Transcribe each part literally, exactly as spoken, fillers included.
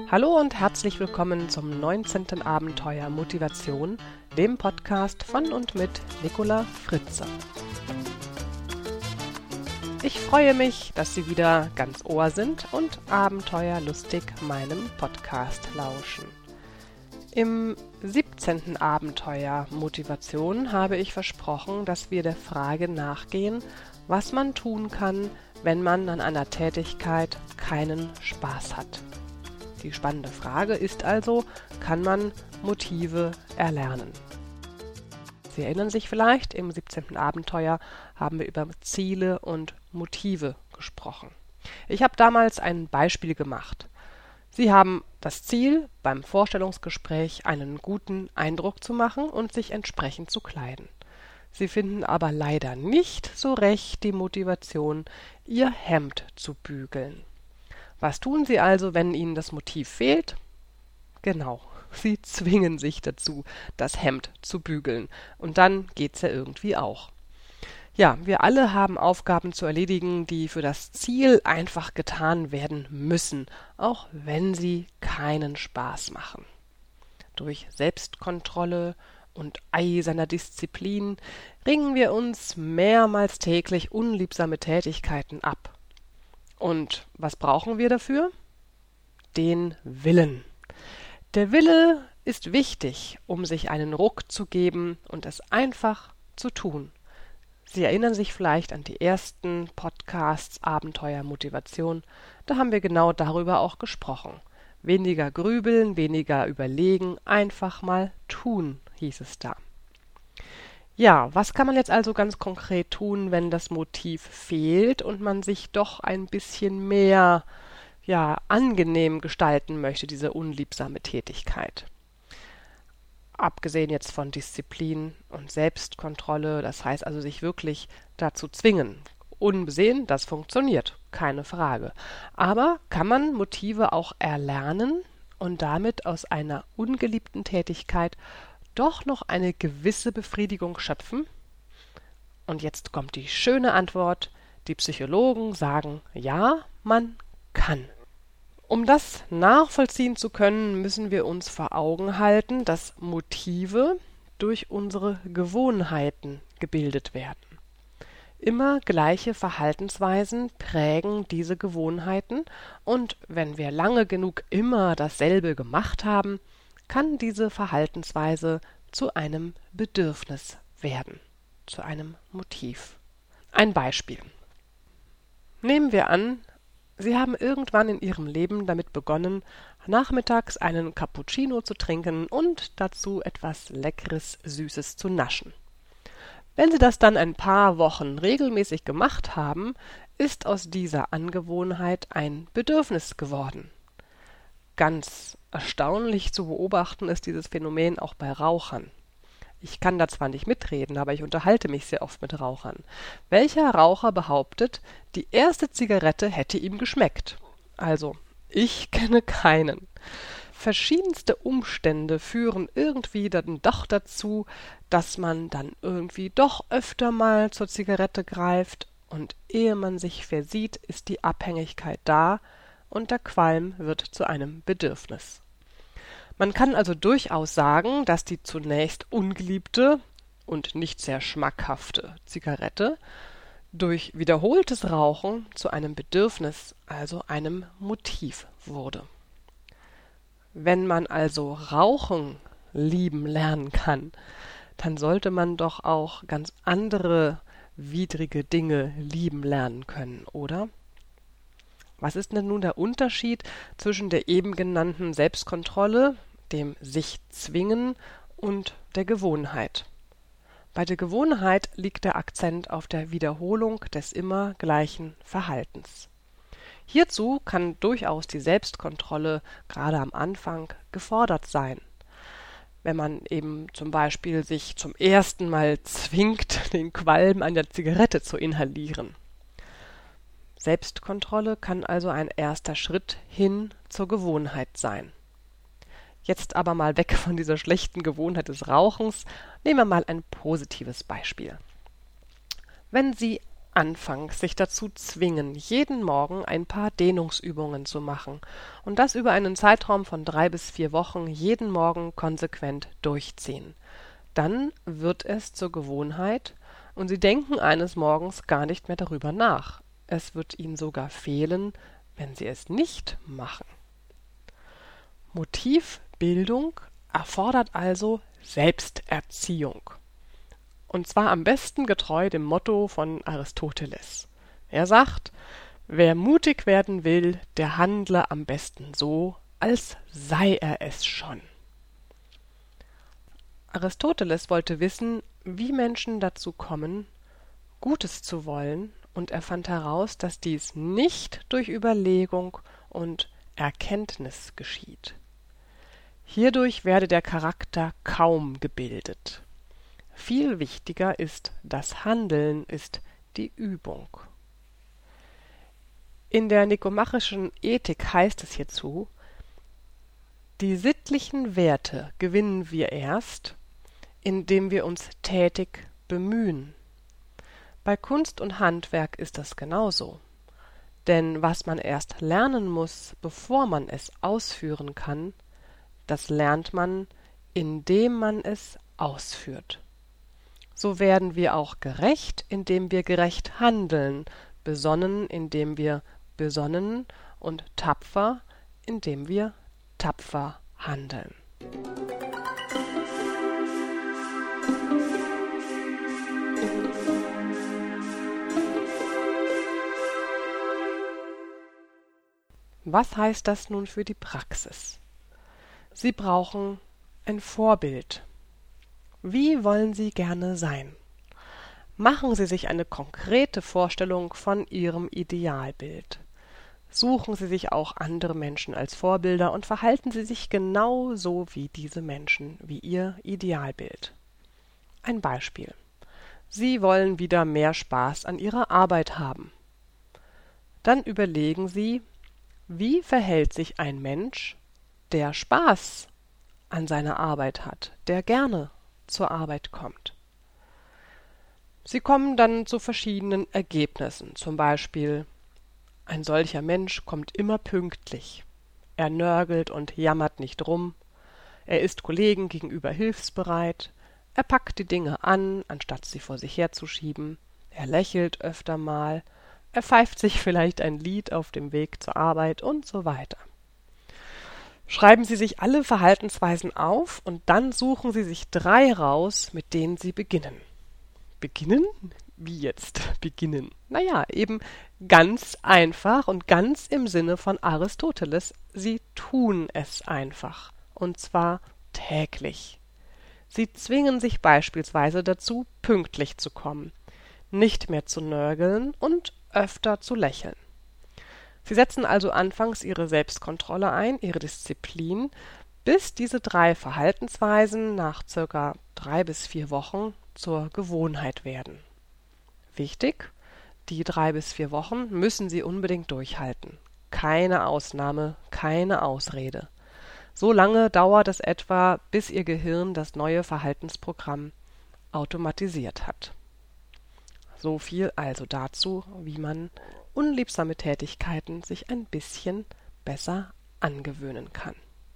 Hallo und herzlich willkommen zum neunzehnten Abenteuer Motivation, dem Podcast von und mit Nicola Fritze. Ich freue mich, dass Sie wieder ganz Ohr sind und abenteuerlustig meinem Podcast lauschen. Im siebzehnten Abenteuer Motivation habe ich versprochen, dass wir der Frage nachgehen, was man tun kann, wenn man an einer Tätigkeit keinen Spaß hat. Die spannende Frage ist also, kann man Motive erlernen? Sie erinnern sich vielleicht, im siebzehnten Abenteuer haben wir über Ziele und Motive gesprochen. Ich habe damals ein Beispiel gemacht. Sie haben das Ziel, beim Vorstellungsgespräch einen guten Eindruck zu machen und sich entsprechend zu kleiden. Sie finden aber leider nicht so recht die Motivation, Ihr Hemd zu bügeln. Was tun Sie also, wenn Ihnen das Motiv fehlt? Genau, Sie zwingen sich dazu, das Hemd zu bügeln. Und dann geht's ja irgendwie auch. Ja, wir alle haben Aufgaben zu erledigen, die für das Ziel einfach getan werden müssen, auch wenn sie keinen Spaß machen. Durch Selbstkontrolle und eiserner Disziplin ringen wir uns mehrmals täglich unliebsame Tätigkeiten ab. Und was brauchen wir dafür? Den Willen. Der Wille ist wichtig, um sich einen Ruck zu geben und es einfach zu tun. Sie erinnern sich vielleicht an die ersten Podcasts Abenteuer Motivation. Da haben wir genau darüber auch gesprochen. Weniger grübeln, weniger überlegen, einfach mal tun, hieß es da. Ja, was kann man jetzt also ganz konkret tun, wenn das Motiv fehlt und man sich doch ein bisschen mehr, ja, angenehm gestalten möchte, diese unliebsame Tätigkeit? Abgesehen jetzt von Disziplin und Selbstkontrolle, das heißt also sich wirklich dazu zwingen. Unbesehen, das funktioniert, keine Frage. Aber kann man Motive auch erlernen und damit aus einer ungeliebten Tätigkeit doch noch eine gewisse Befriedigung schöpfen? Und jetzt kommt die schöne Antwort. Die Psychologen sagen, ja, man kann. Um das nachvollziehen zu können, müssen wir uns vor Augen halten, dass Motive durch unsere Gewohnheiten gebildet werden. Immer gleiche Verhaltensweisen prägen diese Gewohnheiten und wenn wir lange genug immer dasselbe gemacht haben, kann diese Verhaltensweise zu einem Bedürfnis werden, zu einem Motiv. Ein Beispiel. Nehmen wir an, Sie haben irgendwann in Ihrem Leben damit begonnen, nachmittags einen Cappuccino zu trinken und dazu etwas Leckeres, Süßes zu naschen. Wenn Sie das dann ein paar Wochen regelmäßig gemacht haben, ist aus dieser Angewohnheit ein Bedürfnis geworden. Ganz erstaunlich zu beobachten ist dieses Phänomen auch bei Rauchern. Ich kann da zwar nicht mitreden, aber ich unterhalte mich sehr oft mit Rauchern. Welcher Raucher behauptet, die erste Zigarette hätte ihm geschmeckt? Also, ich kenne keinen. Verschiedenste Umstände führen irgendwie dann doch dazu, dass man dann irgendwie doch öfter mal zur Zigarette greift und ehe man sich versieht, ist die Abhängigkeit da und der Qualm wird zu einem Bedürfnis. Man kann also durchaus sagen, dass die zunächst ungeliebte und nicht sehr schmackhafte Zigarette durch wiederholtes Rauchen zu einem Bedürfnis, also einem Motiv wurde. Wenn man also Rauchen lieben lernen kann, dann sollte man doch auch ganz andere widrige Dinge lieben lernen können, oder? Was ist denn nun der Unterschied zwischen der eben genannten Selbstkontrolle, dem sich zwingen und der Gewohnheit? Bei der Gewohnheit liegt der Akzent auf der Wiederholung des immer gleichen Verhaltens. Hierzu kann durchaus die Selbstkontrolle gerade am Anfang gefordert sein. Wenn man eben zum Beispiel sich zum ersten Mal zwingt, den Qualm einer Zigarette zu inhalieren. Selbstkontrolle kann also ein erster Schritt hin zur Gewohnheit sein. Jetzt aber mal weg von dieser schlechten Gewohnheit des Rauchens, nehmen wir mal ein positives Beispiel. Wenn Sie anfangs sich dazu zwingen, jeden Morgen ein paar Dehnungsübungen zu machen und das über einen Zeitraum von drei bis vier Wochen jeden Morgen konsequent durchziehen. Dann wird es zur Gewohnheit und Sie denken eines Morgens gar nicht mehr darüber nach. Es wird Ihnen sogar fehlen, wenn Sie es nicht machen. Motivbildung erfordert also Selbsterziehung. Und zwar am besten getreu dem Motto von Aristoteles. Er sagt, wer mutig werden will, der handle am besten so, als sei er es schon. Aristoteles wollte wissen, wie Menschen dazu kommen, Gutes zu wollen, und er fand heraus, dass dies nicht durch Überlegung und Erkenntnis geschieht. Hierdurch werde der Charakter kaum gebildet. Viel wichtiger ist das Handeln, ist die Übung. In der nikomachischen Ethik heißt es hierzu, die sittlichen Werte gewinnen wir erst, indem wir uns tätig bemühen. Bei Kunst und Handwerk ist das genauso. Denn was man erst lernen muss, bevor man es ausführen kann, das lernt man, indem man es ausführt. So werden wir auch gerecht, indem wir gerecht handeln, besonnen, indem wir besonnen und tapfer, indem wir tapfer handeln. Was heißt das nun für die Praxis? Sie brauchen ein Vorbild. Wie wollen Sie gerne sein? Machen Sie sich eine konkrete Vorstellung von Ihrem Idealbild. Suchen Sie sich auch andere Menschen als Vorbilder und verhalten Sie sich genau so wie diese Menschen, wie Ihr Idealbild. Ein Beispiel. Sie wollen wieder mehr Spaß an Ihrer Arbeit haben. Dann überlegen Sie, wie verhält sich ein Mensch, der Spaß an seiner Arbeit hat, der gerne zur Arbeit kommt. Sie kommen dann zu verschiedenen Ergebnissen, zum Beispiel: Ein solcher Mensch kommt immer pünktlich, er nörgelt und jammert nicht rum, er ist Kollegen gegenüber hilfsbereit, er packt die Dinge an, anstatt sie vor sich herzuschieben, er lächelt öfter mal, er pfeift sich vielleicht ein Lied auf dem Weg zur Arbeit und so weiter. Schreiben Sie sich alle Verhaltensweisen auf und dann suchen Sie sich drei raus, mit denen Sie beginnen. Beginnen? Wie jetzt beginnen? Naja, eben ganz einfach und ganz im Sinne von Aristoteles. Sie tun es einfach. Und zwar täglich. Sie zwingen sich beispielsweise dazu, pünktlich zu kommen, nicht mehr zu nörgeln und öfter zu lächeln. Sie setzen also anfangs Ihre Selbstkontrolle ein, Ihre Disziplin, bis diese drei Verhaltensweisen nach circa drei bis vier Wochen zur Gewohnheit werden. Wichtig, die drei bis vier Wochen müssen Sie unbedingt durchhalten. Keine Ausnahme, keine Ausrede. So lange dauert es etwa, bis Ihr Gehirn das neue Verhaltensprogramm automatisiert hat. So viel also dazu, wie man unliebsame Tätigkeiten sich ein bisschen besser angewöhnen kann.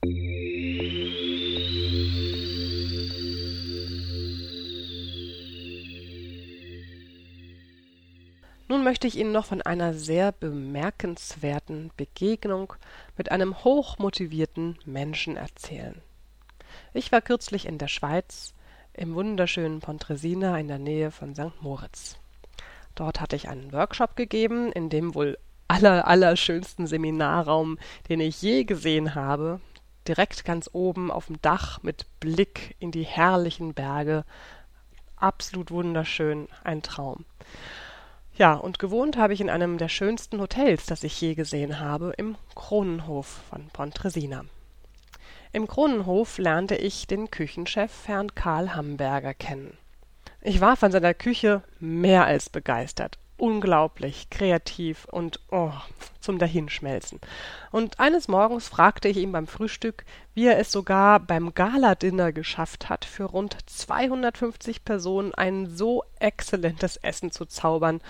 Nun möchte ich Ihnen noch von einer sehr bemerkenswerten Begegnung mit einem hochmotivierten Menschen erzählen. Ich war kürzlich in der Schweiz, im wunderschönen Pontresina in der Nähe von Sankt Moritz. Dort hatte ich einen Workshop gegeben, in dem wohl aller, allerschönsten Seminarraum, den ich je gesehen habe, direkt ganz oben auf dem Dach mit Blick in die herrlichen Berge. Absolut wunderschön, ein Traum. Ja, und gewohnt habe ich in einem der schönsten Hotels, das ich je gesehen habe, im Kronenhof von Pontresina. Im Kronenhof lernte ich den Küchenchef Herrn Karl Hamberger kennen. Ich war von seiner Küche mehr als begeistert. Unglaublich kreativ und oh, zum Dahinschmelzen. Und eines Morgens fragte ich ihn beim Frühstück, wie er es sogar beim Gala-Dinner geschafft hat, für rund zweihundertfünfzig Personen ein so exzellentes Essen zu zaubern,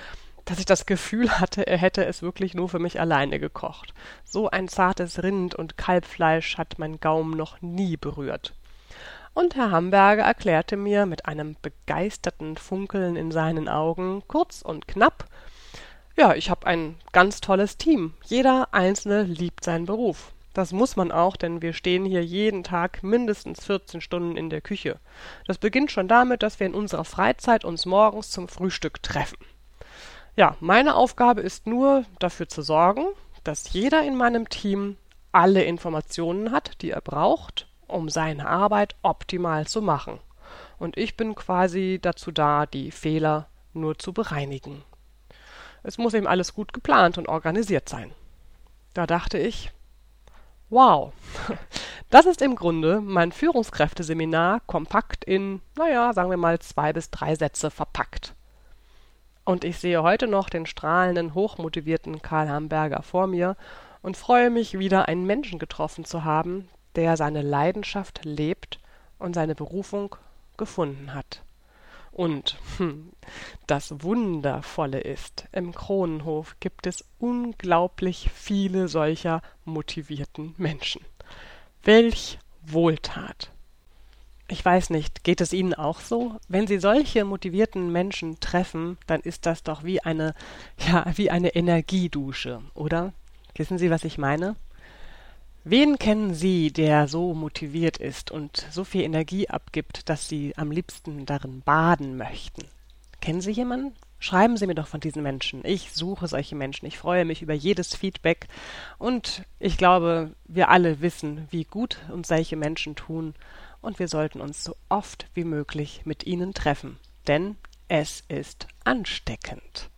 dass ich das Gefühl hatte, er hätte es wirklich nur für mich alleine gekocht. So ein zartes Rind- und Kalbfleisch hat mein Gaumen noch nie berührt. Und Herr Hamburger erklärte mir mit einem begeisterten Funkeln in seinen Augen, kurz und knapp: Ja, ich habe ein ganz tolles Team. Jeder Einzelne liebt seinen Beruf. Das muss man auch, denn wir stehen hier jeden Tag mindestens vierzehn Stunden in der Küche. Das beginnt schon damit, dass wir in unserer Freizeit uns morgens zum Frühstück treffen. Ja, meine Aufgabe ist nur, dafür zu sorgen, dass jeder in meinem Team alle Informationen hat, die er braucht, um seine Arbeit optimal zu machen. Und ich bin quasi dazu da, die Fehler nur zu bereinigen. Es muss eben alles gut geplant und organisiert sein. Da dachte ich: Wow, das ist im Grunde mein Führungskräfteseminar kompakt in, naja, sagen wir mal zwei bis drei Sätze verpackt. Und ich sehe heute noch den strahlenden, hochmotivierten Karl Hamburger vor mir und freue mich, wieder einen Menschen getroffen zu haben, der seine Leidenschaft lebt und seine Berufung gefunden hat. Und hm, das Wundervolle ist, im Kronenhof gibt es unglaublich viele solcher motivierten Menschen. Welch Wohltat! Ich weiß nicht, geht es Ihnen auch so? Wenn Sie solche motivierten Menschen treffen, dann ist das doch wie eine, ja, wie eine Energiedusche, oder? Wissen Sie, was ich meine? Wen kennen Sie, der so motiviert ist und so viel Energie abgibt, dass Sie am liebsten darin baden möchten? Kennen Sie jemanden? Schreiben Sie mir doch von diesen Menschen. Ich suche solche Menschen. Ich freue mich über jedes Feedback. Und ich glaube, wir alle wissen, wie gut uns solche Menschen tun. Und wir sollten uns so oft wie möglich mit ihnen treffen. Denn es ist ansteckend.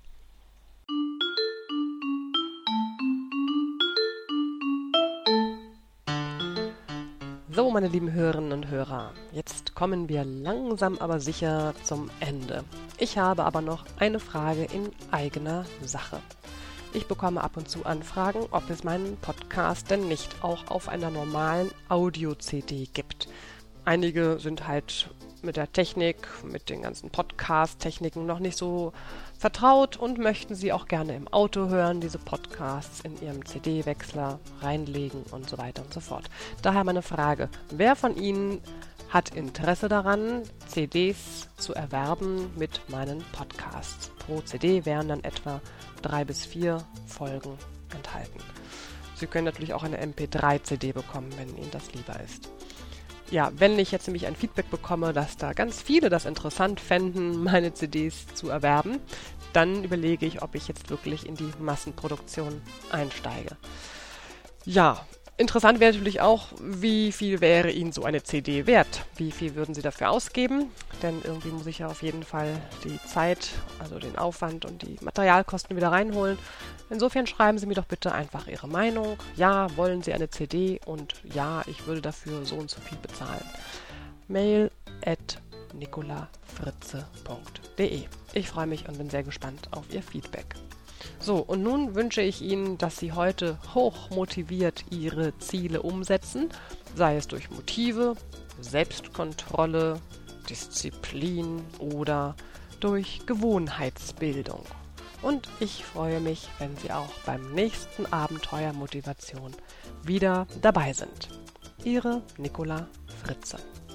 So, meine lieben Hörerinnen und Hörer, jetzt kommen wir langsam aber sicher zum Ende. Ich habe aber noch eine Frage in eigener Sache. Ich bekomme ab und zu Anfragen, ob es meinen Podcast denn nicht auch auf einer normalen Audio-C D gibt. Einige sind halt mit der Technik, mit den ganzen Podcast-Techniken noch nicht so vertraut und möchten sie auch gerne im Auto hören, diese Podcasts in ihrem C D-Wechsler reinlegen und so weiter und so fort. Daher meine Frage: Wer von Ihnen hat Interesse daran, C Ds zu erwerben mit meinen Podcasts? Pro C D wären dann etwa drei bis vier Folgen enthalten. Sie können natürlich auch eine M P drei C D bekommen, wenn Ihnen das lieber ist. Ja, wenn ich jetzt nämlich ein Feedback bekomme, dass da ganz viele das interessant fänden, meine C Ds zu erwerben, dann überlege ich, ob ich jetzt wirklich in die Massenproduktion einsteige. Ja, interessant wäre natürlich auch, wie viel wäre Ihnen so eine C D wert? Wie viel würden Sie dafür ausgeben? Denn irgendwie muss ich ja auf jeden Fall die Zeit, also den Aufwand und die Materialkosten wieder reinholen. Insofern schreiben Sie mir doch bitte einfach Ihre Meinung. Ja, wollen Sie eine C D? Und ja, ich würde dafür so und so viel bezahlen. Mail at nicolafritze punkt de. Ich freue mich und bin sehr gespannt auf Ihr Feedback. So, und nun wünsche ich Ihnen, dass Sie heute hoch motiviert Ihre Ziele umsetzen, sei es durch Motive, Selbstkontrolle, Disziplin oder durch Gewohnheitsbildung. Und ich freue mich, wenn Sie auch beim nächsten Abenteuer Motivation wieder dabei sind. Ihre Nicola Fritze.